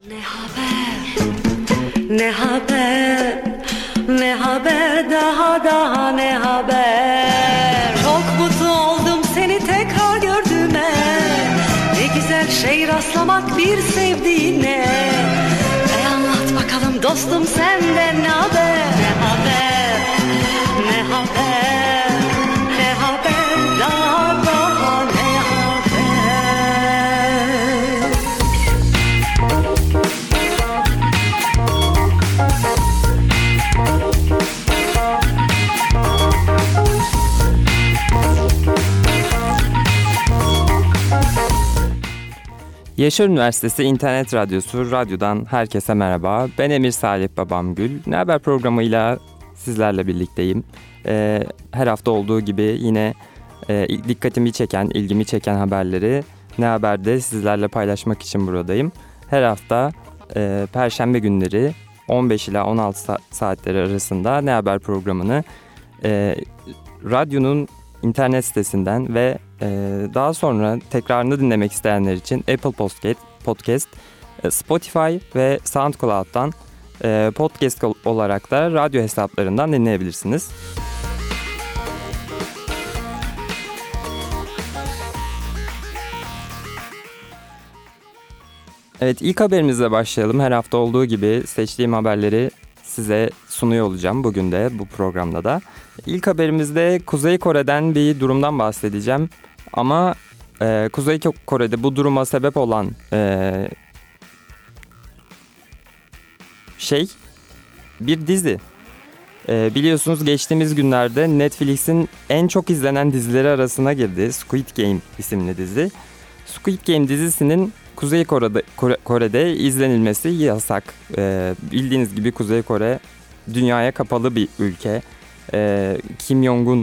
Ne haber, ne haber, ne haber, daha ne haber. Çok mutlu oldum seni tekrar gördüğüme. Ne güzel şey rastlamak bir sevdiğine. Anlat bakalım dostum senden ne haber, ne haber, ne haber, ne haber, daha ne haber. Yaşar Üniversitesi İnternet Radyosu Radyo'dan herkese merhaba. Ben Emir Salih Babamgül. Ne Haber programıyla sizlerle birlikteyim. Her hafta olduğu gibi yine dikkatimi çeken, ilgimi çeken haberleri Ne Haber'de sizlerle paylaşmak için buradayım. Her hafta Perşembe günleri 15 ila 16 saatleri arasında Ne Haber programını radyonun internet sitesinden ve daha sonra tekrarını dinlemek isteyenler için Apple Podcast, Spotify ve SoundCloud'dan podcast olarak da radyo hesaplarından dinleyebilirsiniz. Evet, ilk haberimizle başlayalım. Her hafta olduğu gibi seçtiğim haberleri size sunuyor olacağım bugün de bu programda da. İlk haberimizde Kuzey Kore'den bir durumdan bahsedeceğim. Ama Kuzey Kore'de bu duruma sebep olan bir dizi. Biliyorsunuz geçtiğimiz günlerde Netflix'in en çok izlenen dizileri arasına girdi. Squid Game isimli dizi. Squid Game dizisinin Kuzey Kore'de izlenilmesi yasak. Bildiğiniz gibi Kuzey Kore dünyaya kapalı bir ülke. Kim Jong-un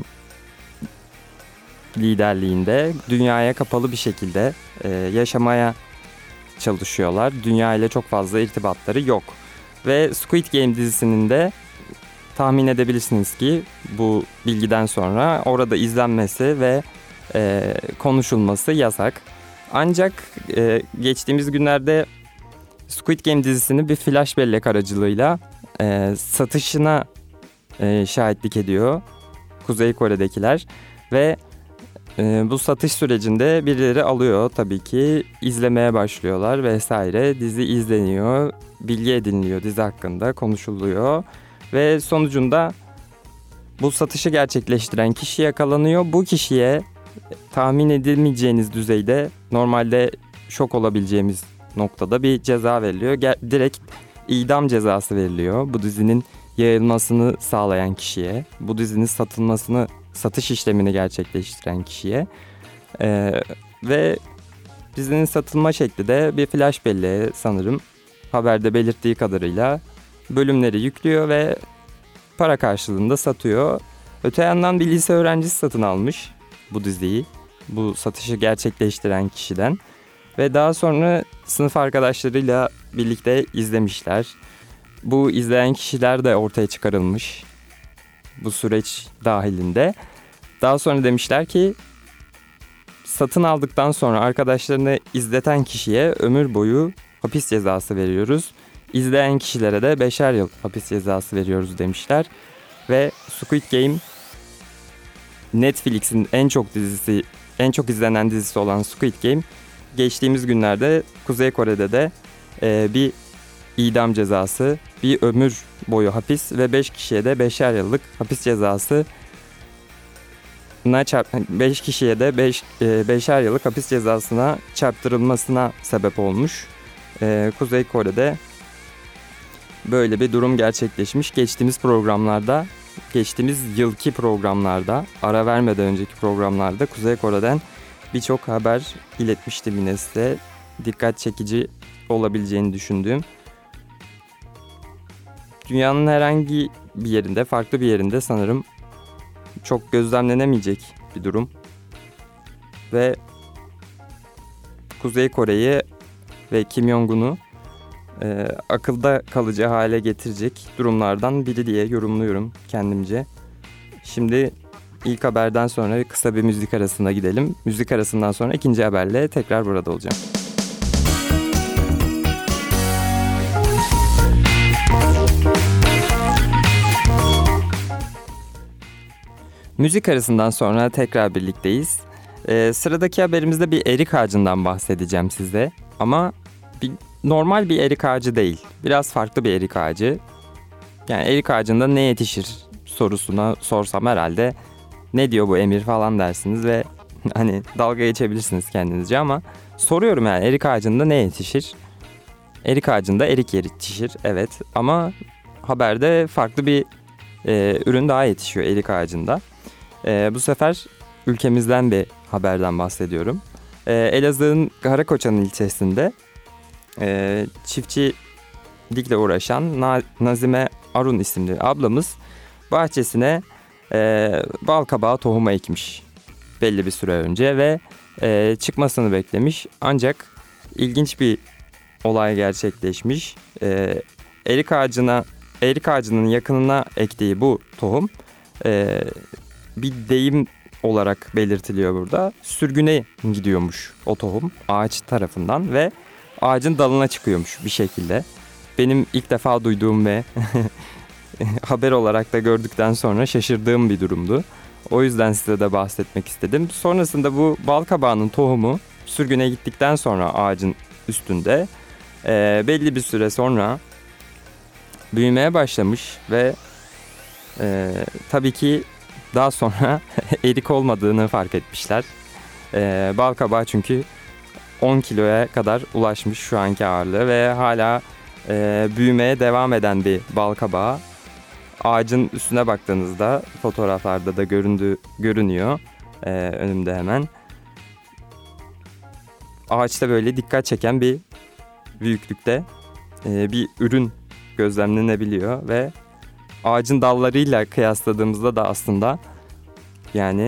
liderliğinde dünyaya kapalı bir şekilde yaşamaya çalışıyorlar. Dünya ile çok fazla irtibatları yok. Ve Squid Game dizisinin de tahmin edebilirsiniz ki bu bilgiden sonra orada izlenmesi ve konuşulması yasak. Ancak geçtiğimiz günlerde Squid Game dizisini bir flash bellek aracılığıyla satışına şahitlik ediyor Kuzey Kore'dekiler ve bu satış sürecinde birileri alıyor tabii ki, izlemeye başlıyorlar vesaire, dizi izleniyor, bilgi ediniliyor, dizi hakkında konuşuluyor ve sonucunda bu satışı gerçekleştiren kişi yakalanıyor. Bu kişiye tahmin edilmeyeceğiniz düzeyde, normalde şok olabileceğimiz noktada bir ceza veriliyor. Direkt idam cezası veriliyor bu dizinin yayılmasını sağlayan kişiye, bu dizinin satış işlemini gerçekleştiren kişiye. Ve dizinin satılma şekli de bir flash belleğe, sanırım haberde belirttiği kadarıyla bölümleri yüklüyor ve para karşılığında satıyor. Öte yandan bir lise öğrencisi satın almış bu diziyi, bu satışı gerçekleştiren kişiden ve daha sonra sınıf arkadaşlarıyla birlikte izlemişler. Bu izleyen kişiler de ortaya çıkarılmış bu süreç dahilinde. Daha sonra demişler ki satın aldıktan sonra arkadaşlarını izleten kişiye ömür boyu hapis cezası veriyoruz. İzleyen kişilere de 5'er yıl hapis cezası veriyoruz demişler. Ve Squid Game, Netflix'in en çok izlenen dizisi olan Squid Game, geçtiğimiz günlerde Kuzey Kore'de de bir idam cezası, bir ömür boyu hapis ve 5 kişiye de 5'er yıllık hapis cezası 5 kişiye de 5'er yıllık hapis cezasına çarptırılmasına sebep olmuş. Kuzey Kore'de böyle bir durum gerçekleşmiş. Geçtiğimiz yılki programlarda, ara vermeden önceki programlarda Kuzey Kore'den birçok haber iletmiştim yine size. Dikkat çekici olabileceğini düşündüğüm. Dünyanın herhangi bir yerinde, farklı bir yerinde sanırım çok gözlemlenemeyecek bir durum. Ve Kuzey Kore'yi ve Kim Jong-un'u akılda kalıcı hale getirecek durumlardan biri diye yorumluyorum kendimce. Şimdi ilk haberden sonra kısa bir müzik arasına gidelim. Müzik arasından sonra ikinci haberle tekrar burada olacağım. Müzik arasından sonra tekrar birlikteyiz. Sıradaki haberimizde bir erik ağacından bahsedeceğim size. Ama normal bir erik ağacı değil. Biraz farklı bir erik ağacı. Yani erik ağacında ne yetişir sorusuna sorsam herhalde ne diyor bu Emir falan dersiniz ve hani dalga geçebilirsiniz kendinizce ama soruyorum yani erik ağacında ne yetişir? Erik ağacında erik yetişir, evet, ama haberde farklı bir ürün daha yetişiyor erik ağacında. Bu sefer ülkemizden bir haberden bahsediyorum. Elazığ'ın Karakoçan ilçesinde çiftçilikle uğraşan Nazime Arun isimli ablamız bahçesine bal kabağı tohumu ekmiş belli bir süre önce ve çıkmasını beklemiş. Ancak ilginç bir olay gerçekleşmiş. Erik ağacının yakınına ektiği bu tohum bir deyim olarak belirtiliyor burada. Sürgüne gidiyormuş o tohum ağaç tarafından ve ağacın dalına çıkıyormuş bir şekilde. Benim ilk defa duyduğum ve haber olarak da gördükten sonra şaşırdığım bir durumdu. O yüzden size de bahsetmek istedim. Sonrasında bu bal kabağının tohumu sürgüne gittikten sonra ağacın üstünde belli bir süre sonra büyümeye başlamış ve tabii ki daha sonra erik olmadığını fark etmişler. Bal kabağı çünkü 10 kiloya kadar ulaşmış şu anki ağırlığı ve hala büyümeye devam eden bir bal kabağı. Ağacın üstüne baktığınızda fotoğraflarda da görünüyor önümde hemen. Ağaçta böyle dikkat çeken bir büyüklükte bir ürün gözlemlenebiliyor ve ağacın dallarıyla kıyasladığımızda da aslında yani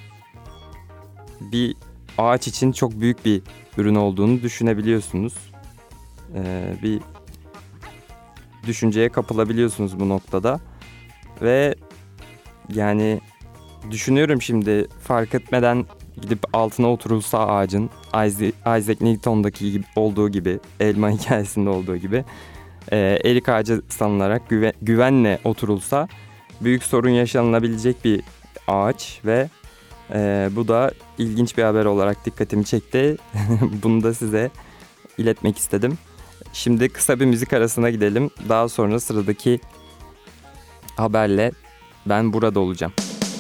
bir ağaç için çok büyük bir ürün olduğunu düşünebiliyorsunuz. Bir düşünceye kapılabiliyorsunuz bu noktada ve yani düşünüyorum şimdi fark etmeden gidip altına oturulsa ağacın Isaac Newton'daki olduğu gibi, elma hikayesinde olduğu gibi erik ağacı sanılarak güvenle oturulsa büyük sorun yaşanabilecek bir ağaç ve bu da ilginç bir haber olarak dikkatimi çekti. Bunu da size iletmek istedim. Şimdi kısa bir müzik arasına gidelim. Daha sonra sıradaki haberle ben burada olacağım.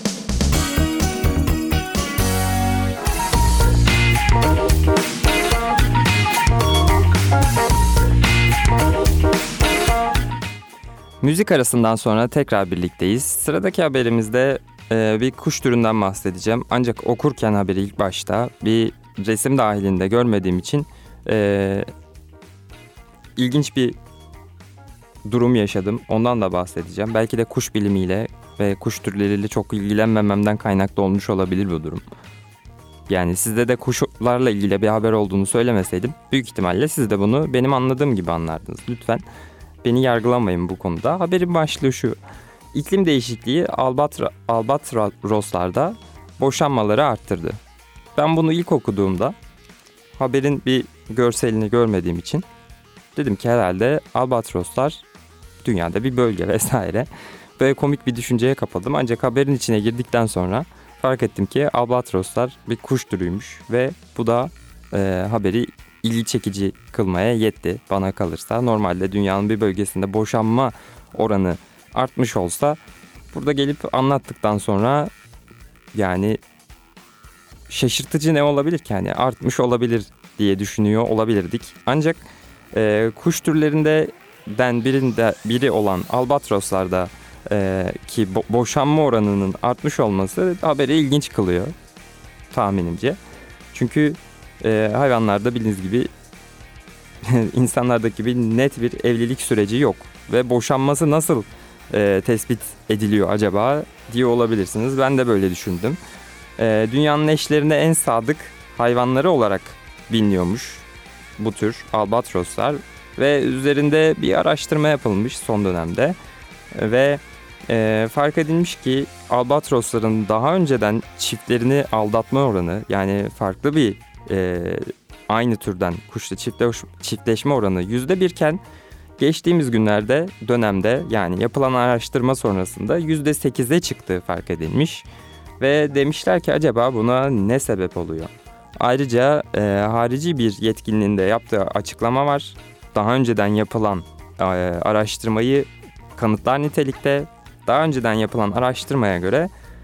Müzik arasından sonra tekrar birlikteyiz. Sıradaki haberimizde bir kuş türünden bahsedeceğim. Ancak okurken haberi ilk başta bir resim dahilinde görmediğim için ilginç bir durum yaşadım. Ondan da bahsedeceğim. Belki de kuş bilimiyle ve kuş türleriyle çok ilgilenmememden kaynaklı olmuş olabilir bu durum. Yani sizde de kuşlarla ilgili bir haber olduğunu söylemeseydim büyük ihtimalle siz de bunu benim anladığım gibi anlardınız. Lütfen beni yargılamayın bu konuda. Haberin başlığı şu: İklim değişikliği albatroslarda boşanmaları arttırdı. Ben bunu ilk okuduğumda haberin bir görselini görmediğim için dedim ki herhalde albatroslar dünyada bir bölge vesaire. Böyle komik bir düşünceye kapıldım. Ancak haberin içine girdikten sonra fark ettim ki albatroslar bir kuş türüymüş ve bu da haberi ilgi çekici kılmaya yetti bana kalırsa. Normalde dünyanın bir bölgesinde boşanma oranı artmış olsa burada gelip anlattıktan sonra yani şaşırtıcı ne olabilir ki, yani artmış olabilir diye düşünüyor olabilirdik. Ancak kuş türlerinden biri olan albatroslarda ki boşanma oranının artmış olması haberi ilginç kılıyor tahminimce. Çünkü hayvanlarda bildiğiniz gibi insanlardaki gibi net bir evlilik süreci yok ve boşanması nasıl tespit ediliyor acaba diye olabilirsiniz. Ben de böyle düşündüm. Dünyanın eşlerine en sadık hayvanları olarak biliniyormuş bu tür albatroslar ve üzerinde bir araştırma yapılmış son dönemde ve fark edilmiş ki albatrosların daha önceden çiftlerini aldatma oranı, yani farklı bir aynı türden kuşla çiftleşme oranı %1 iken geçtiğimiz dönemde yani yapılan araştırma sonrasında %8'e çıktığı fark edilmiş. Ve demişler ki acaba buna ne sebep oluyor? Ayrıca harici bir yetkilinin de yaptığı açıklama var. Daha önceden yapılan araştırmayı kanıtlar nitelikte. Daha önceden yapılan araştırmaya göre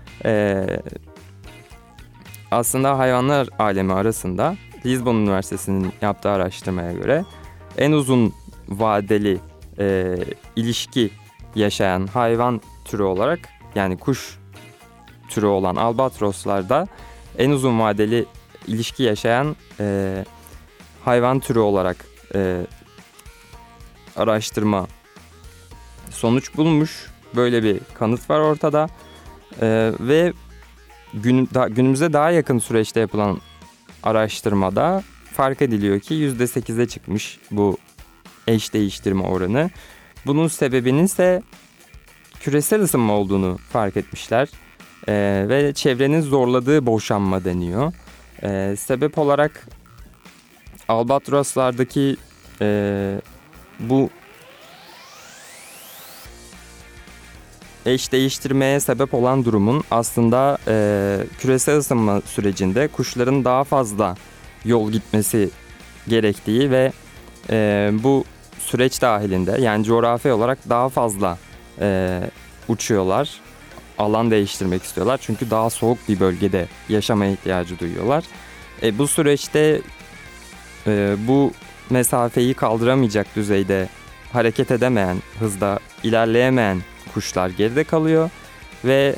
aslında hayvanlar alemi arasında Lisbon Üniversitesi'nin yaptığı araştırmaya göre en uzun vadeli ilişki yaşayan hayvan türü olarak, yani kuş türü olan albatroslarda en uzun vadeli ilişki yaşayan hayvan türü olarak araştırma sonuç bulmuş. Böyle bir kanıt var ortada ve günümüze daha yakın süreçte yapılan araştırmada fark ediliyor ki %8'e çıkmış bu eş değiştirme oranı. Bunun sebebinin ise küresel ısınma olduğunu fark etmişler ve çevrenin zorladığı boşanma deniyor. Sebep olarak albatroslardaki bu eş değiştirmeye sebep olan durumun aslında küresel ısınma sürecinde kuşların daha fazla yol gitmesi gerektiği ve bu süreç dahilinde, yani coğrafi olarak daha fazla uçuyorlar, alan değiştirmek istiyorlar çünkü daha soğuk bir bölgede yaşamaya ihtiyacı duyuyorlar. Bu süreçte bu mesafeyi kaldıramayacak düzeyde hareket edemeyen, hızda ilerleyemeyen kuşlar geride kalıyor ve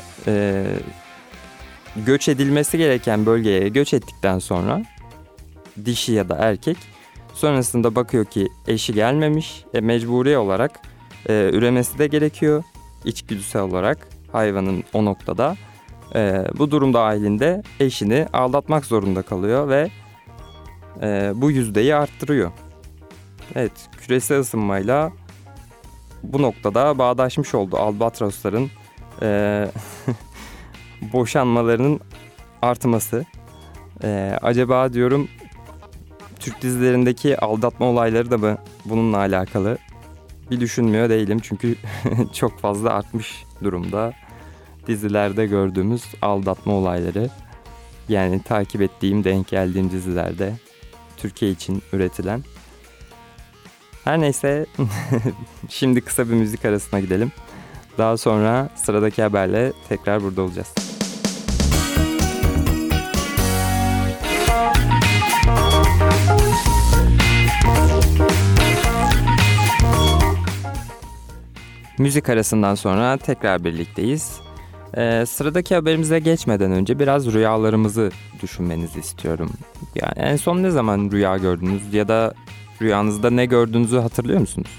göç edilmesi gereken bölgeye göç ettikten sonra dişi ya da erkek sonrasında bakıyor ki eşi gelmemiş, mecburi olarak üremesi de gerekiyor içgüdüsel olarak hayvanın o noktada. Bu durum dahilinde eşini aldatmak zorunda kalıyor ve bu yüzdeyi arttırıyor. Evet, küresel ısınmayla bu noktada bağdaşmış oldu albatrosların boşanmalarının artması. Acaba diyorum Türk dizilerindeki aldatma olayları da mı bununla alakalı? Bir düşünmüyor değilim çünkü çok fazla artmış durumda dizilerde gördüğümüz aldatma olayları. Yani takip ettiğim, denk geldiğim dizilerde Türkiye için üretilen. Her neyse şimdi kısa bir müzik arasına gidelim. Daha sonra sıradaki haberle tekrar burada olacağız. Müzik arasından sonra tekrar birlikteyiz. Sıradaki haberimize geçmeden önce biraz rüyalarımızı düşünmenizi istiyorum. Yani en son ne zaman rüya gördünüz ya da rüyanızda ne gördüğünüzü hatırlıyor musunuz?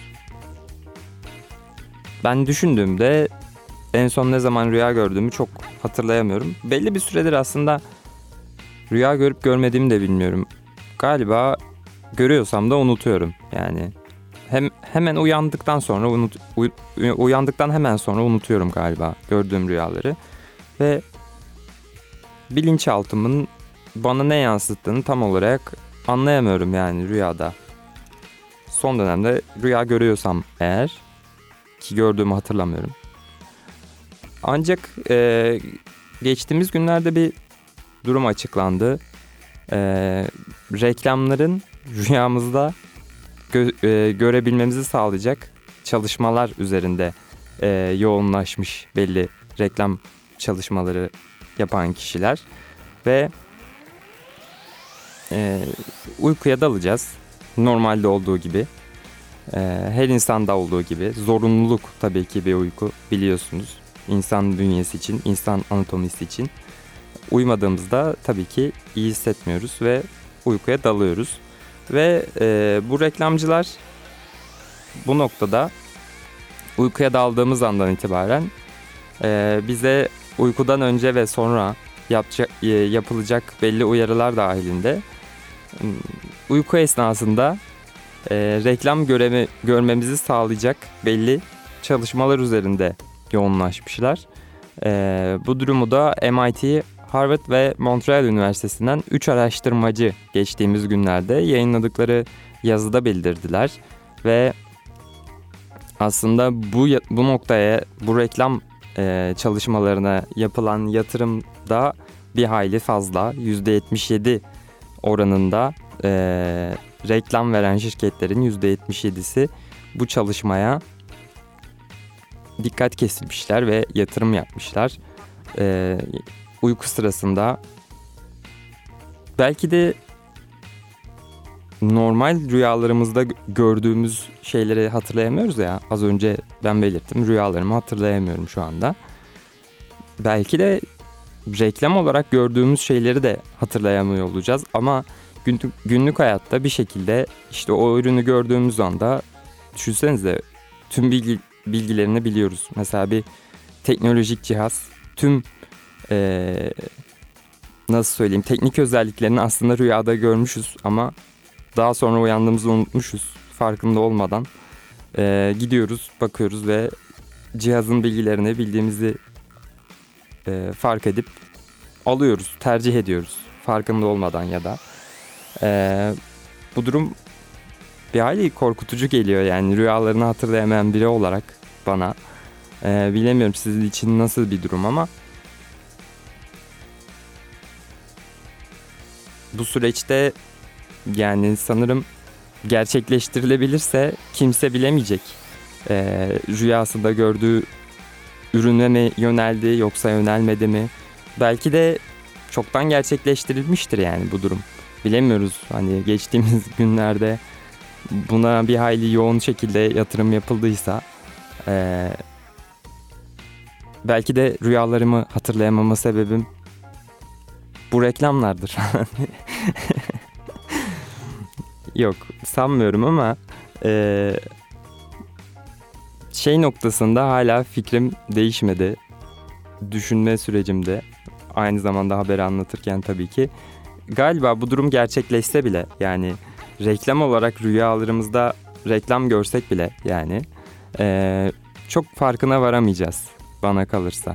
Ben düşündüğümde en son ne zaman rüya gördüğümü çok hatırlayamıyorum. Belli bir süredir aslında rüya görüp görmediğimi de bilmiyorum. Galiba görüyorsam da unutuyorum. Yani hemen uyandıktan sonra uyandıktan hemen sonra unutuyorum galiba gördüğüm rüyaları ve bilinçaltımın bana ne yansıttığını tam olarak anlayamıyorum yani rüyada. Son dönemde rüya görüyorsam eğer, ki gördüğümü hatırlamıyorum. Ancak geçtiğimiz günlerde bir durum açıklandı. Reklamların rüyamızda görebilmemizi sağlayacak çalışmalar üzerinde yoğunlaşmış belli reklam çalışmaları yapan kişiler ve uykuya dalacağız normalde olduğu gibi, her insanda olduğu gibi. Zorunluluk tabii ki bir uyku, biliyorsunuz, insan bünyesi için, insan anatomisi için. Uyumadığımızda tabii ki iyi hissetmiyoruz ve uykuya dalıyoruz. Ve bu reklamcılar bu noktada uykuya daldığımız andan itibaren bize uykudan önce ve sonra yapılacak belli uyarılar dahilinde uyku esnasında reklam görmemizi sağlayacak belli çalışmalar üzerinde yoğunlaşmışlar. Bu durumu da MIT, Harvard ve Montreal Üniversitesi'nden 3 araştırmacı geçtiğimiz günlerde yayınladıkları yazıda bildirdiler. Ve aslında bu noktaya, bu reklam çalışmalarına yapılan yatırım da bir hayli fazla. %77 oranında reklam veren şirketlerin %77'si bu çalışmaya dikkat kesilmişler ve yatırım yapmışlar. Uyku sırasında belki de normal rüyalarımızda gördüğümüz şeyleri hatırlayamıyoruz ya. Az önce ben belirttim, rüyalarımı hatırlayamıyorum şu anda. Belki de reklam olarak gördüğümüz şeyleri de hatırlayamıyor olacağız ama günlük hayatta bir şekilde işte o ürünü gördüğümüz anda düşünsenize tüm bilgilerini biliyoruz. Mesela bir teknolojik cihaz tüm nasıl söyleyeyim, teknik özelliklerini aslında rüyada görmüşüz ama daha sonra uyandığımızda unutmuşuz farkında olmadan. Gidiyoruz, bakıyoruz ve cihazın bilgilerini bildiğimizi fark edip alıyoruz, tercih ediyoruz farkında olmadan ya da. Bu durum bir hayli korkutucu geliyor yani rüyalarını hatırlayamayan biri olarak bana. Bilemiyorum sizin için nasıl bir durum ama bu süreçte yani sanırım gerçekleştirilebilirse kimse bilemeyecek. Rüyasında gördüğü ürüne mi yöneldi yoksa yönelmedi mi? Belki de çoktan gerçekleştirilmiştir yani bu durum. Bilemiyoruz. Hani geçtiğimiz günlerde buna bir hayli yoğun şekilde yatırım yapıldıysa belki de rüyalarımı hatırlayamama sebebim bu reklamlardır. Yok, sanmıyorum ama şey noktasında hala fikrim değişmedi. Düşünme sürecimde, aynı zamanda haberi anlatırken tabii ki. Galiba bu durum gerçekleşse bile yani reklam olarak rüyalarımızda reklam görsek bile yani çok farkına varamayacağız bana kalırsa.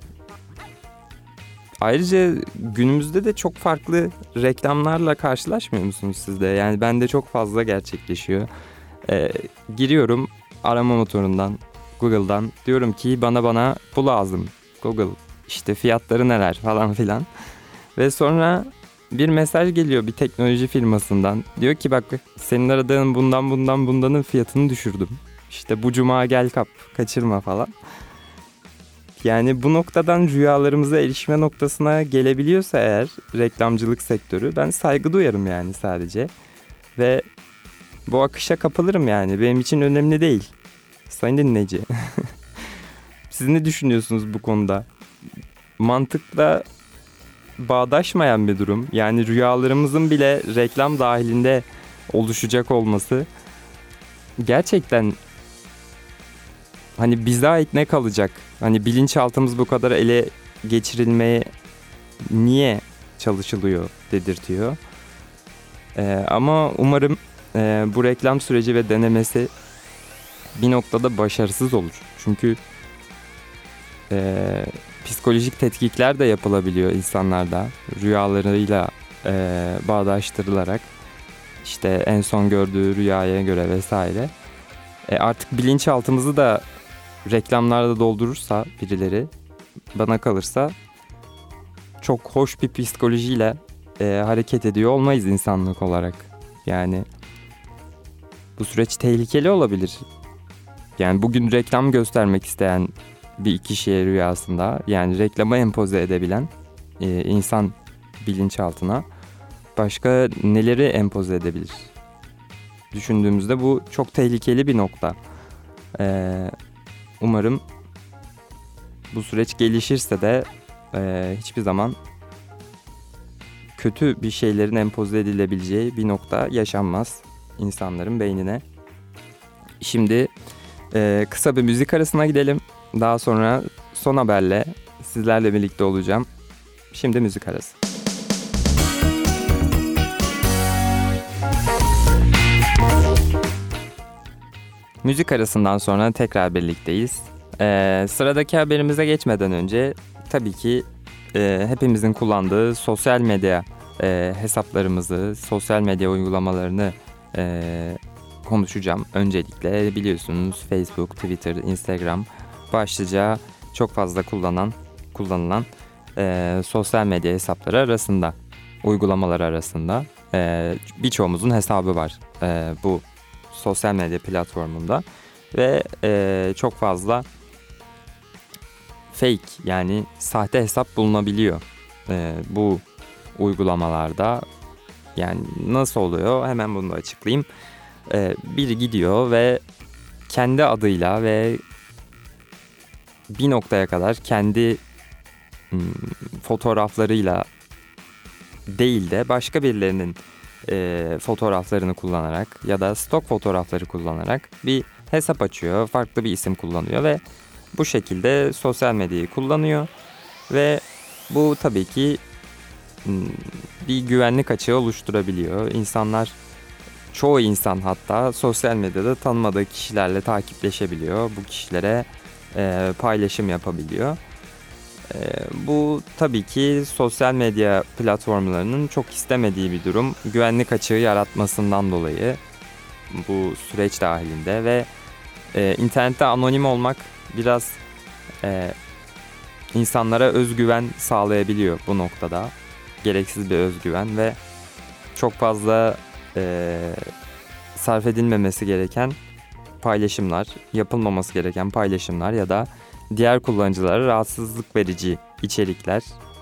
Ayrıca günümüzde de çok farklı reklamlarla karşılaşmıyor musunuz siz de? Yani bende çok fazla gerçekleşiyor. Giriyorum arama motorundan, Google'dan, diyorum ki bana bu lazım. Google işte fiyatları neler falan filan. Ve sonra bir mesaj geliyor bir teknoloji firmasından. Diyor ki bak senin aradığın bundanın fiyatını düşürdüm. İşte bu cuma gel kaçırma falan. Yani bu noktadan rüyalarımıza erişme noktasına gelebiliyorsa eğer reklamcılık sektörü, ben saygı duyarım yani sadece. Ve bu akışa kapılırım yani, benim için önemli değil. Sayın dinleyici. Siz ne düşünüyorsunuz bu konuda? Mantıkla bağdaşmayan bir durum. Yani rüyalarımızın bile reklam dahilinde oluşacak olması gerçekten hani bize ait ne kalacak? Hani bilinçaltımız bu kadar ele geçirilmeye niye çalışılıyor dedirtiyor. Ama umarım bu reklam süreci ve denemesi bir noktada başarısız olur. Çünkü psikolojik tetkikler de yapılabiliyor insanlarda. Rüyalarıyla bağdaştırılarak işte en son gördüğü rüyaya göre vesaire. Artık bilinçaltımızı da reklamlarda doldurursa birileri, bana kalırsa çok hoş bir psikolojiyle hareket ediyor olmayız insanlık olarak. Yani bu süreç tehlikeli olabilir. Yani bugün reklam göstermek isteyen bir kişiye rüyasında, yani reklama empoze edebilen insan bilinçaltına başka neleri empoze edebilir? Düşündüğümüzde bu çok tehlikeli bir nokta. Umarım bu süreç gelişirse de hiçbir zaman kötü bir şeylerin empoze edilebileceği bir nokta yaşanmaz insanların beynine. Şimdi kısa bir müzik arasına gidelim. Daha sonra son haberle sizlerle birlikte olacağım. Şimdi müzik arası. Müzik arasından sonra tekrar birlikteyiz. Sıradaki haberimize geçmeden önce tabii ki hepimizin kullandığı sosyal medya hesaplarımızı, sosyal medya uygulamalarını konuşacağım. Öncelikle biliyorsunuz Facebook, Twitter, Instagram başlıca çok fazla kullanılan sosyal medya hesapları arasında, uygulamalar arasında. Birçoğumuzun hesabı var bu sosyal medya platformunda ve çok fazla fake, yani sahte hesap bulunabiliyor bu uygulamalarda. Yani nasıl oluyor? Hemen bunu da açıklayayım. Biri gidiyor ve kendi adıyla ve bir noktaya kadar kendi fotoğraflarıyla değil de başka birilerinin fotoğraflarını kullanarak ya da stok fotoğrafları kullanarak bir hesap açıyor. Farklı bir isim kullanıyor ve bu şekilde sosyal medyayı kullanıyor ve bu tabii ki bir güvenlik açığı oluşturabiliyor. Çoğu insan hatta sosyal medyada tanımadığı kişilerle takipleşebiliyor. Bu kişilere paylaşım yapabiliyor. Bu tabii ki sosyal medya platformlarının çok istemediği bir durum. Güvenlik açığı yaratmasından dolayı bu süreç dahilinde ve internette anonim olmak biraz insanlara özgüven sağlayabiliyor bu noktada. Gereksiz bir özgüven ve çok fazla sarf edilmemesi gereken paylaşımlar, yapılmaması gereken paylaşımlar ya da diğer kullanıcılara rahatsızlık verici içerikler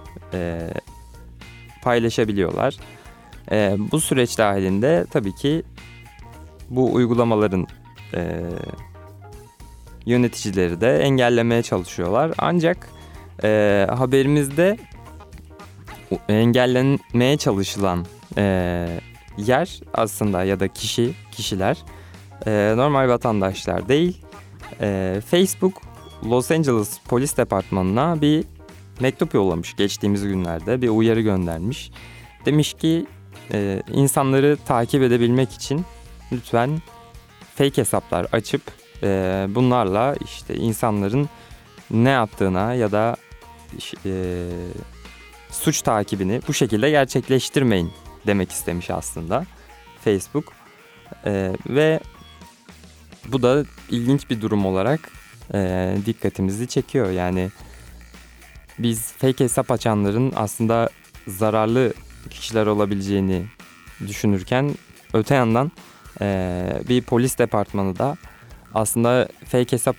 paylaşabiliyorlar. Bu süreç dahilinde tabii ki bu uygulamaların yöneticileri de engellemeye çalışıyorlar. Ancak haberimizde engellenmeye çalışılan yer aslında ya da kişiler normal vatandaşlar değil. Facebook Los Angeles Polis Departmanı'na bir mektup yollamış geçtiğimiz günlerde, bir uyarı göndermiş. Demiş ki insanları takip edebilmek için lütfen fake hesaplar açıp bunlarla işte insanların ne yaptığına ya da suç takibini bu şekilde gerçekleştirmeyin demek istemiş aslında Facebook. Ve bu da ilginç bir durum olarak dikkatimizi çekiyor. Yani biz fake hesap açanların aslında zararlı kişiler olabileceğini düşünürken öte yandan bir polis departmanı da aslında fake hesap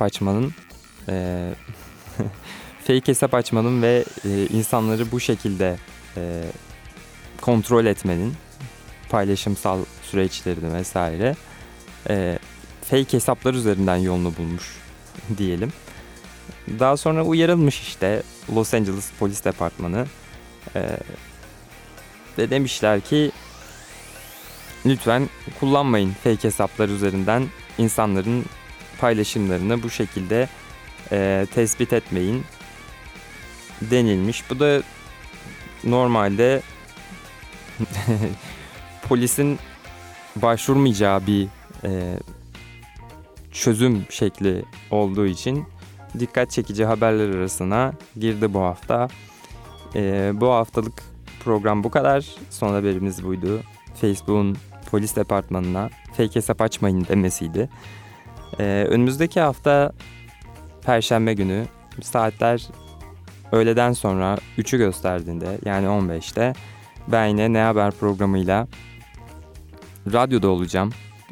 açmanın ve insanları bu şekilde kontrol etmenin, paylaşımsal süreçlerini vesaire fake hesaplar üzerinden yolunu bulmuş diyelim. Daha sonra uyarılmış işte Los Angeles Polis Departmanı ve demişler ki lütfen kullanmayın fake hesaplar üzerinden insanların paylaşımlarını bu şekilde tespit etmeyin denilmiş. Bu da normalde polisin başvurmayacağı bir çözüm şekli olduğu için dikkat çekici haberler arasına girdi bu hafta. Bu haftalık program bu kadar. Son haberimiz buydu. Facebook'un polis departmanına fake hesap açmayın demesiydi. Önümüzdeki hafta Perşembe günü saatler öğleden sonra 3'ü gösterdiğinde, yani 15'te ben yine Ne Haber programıyla radyoda olacağım.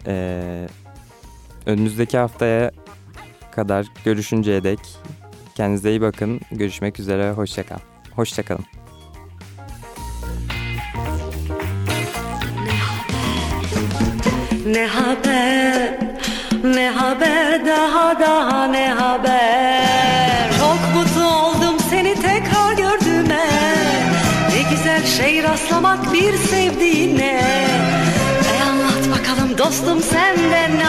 Önümüzdeki haftaya kadar görüşünceye dek kendinize iyi bakın. Görüşmek üzere. Hoşçakalın. Ne haber, ne haber, daha ne haber. Çok mutlu oldum seni tekrar gördüğüme. Ne güzel şey rastlamak bir sevdiğine. Anlat bakalım dostum senden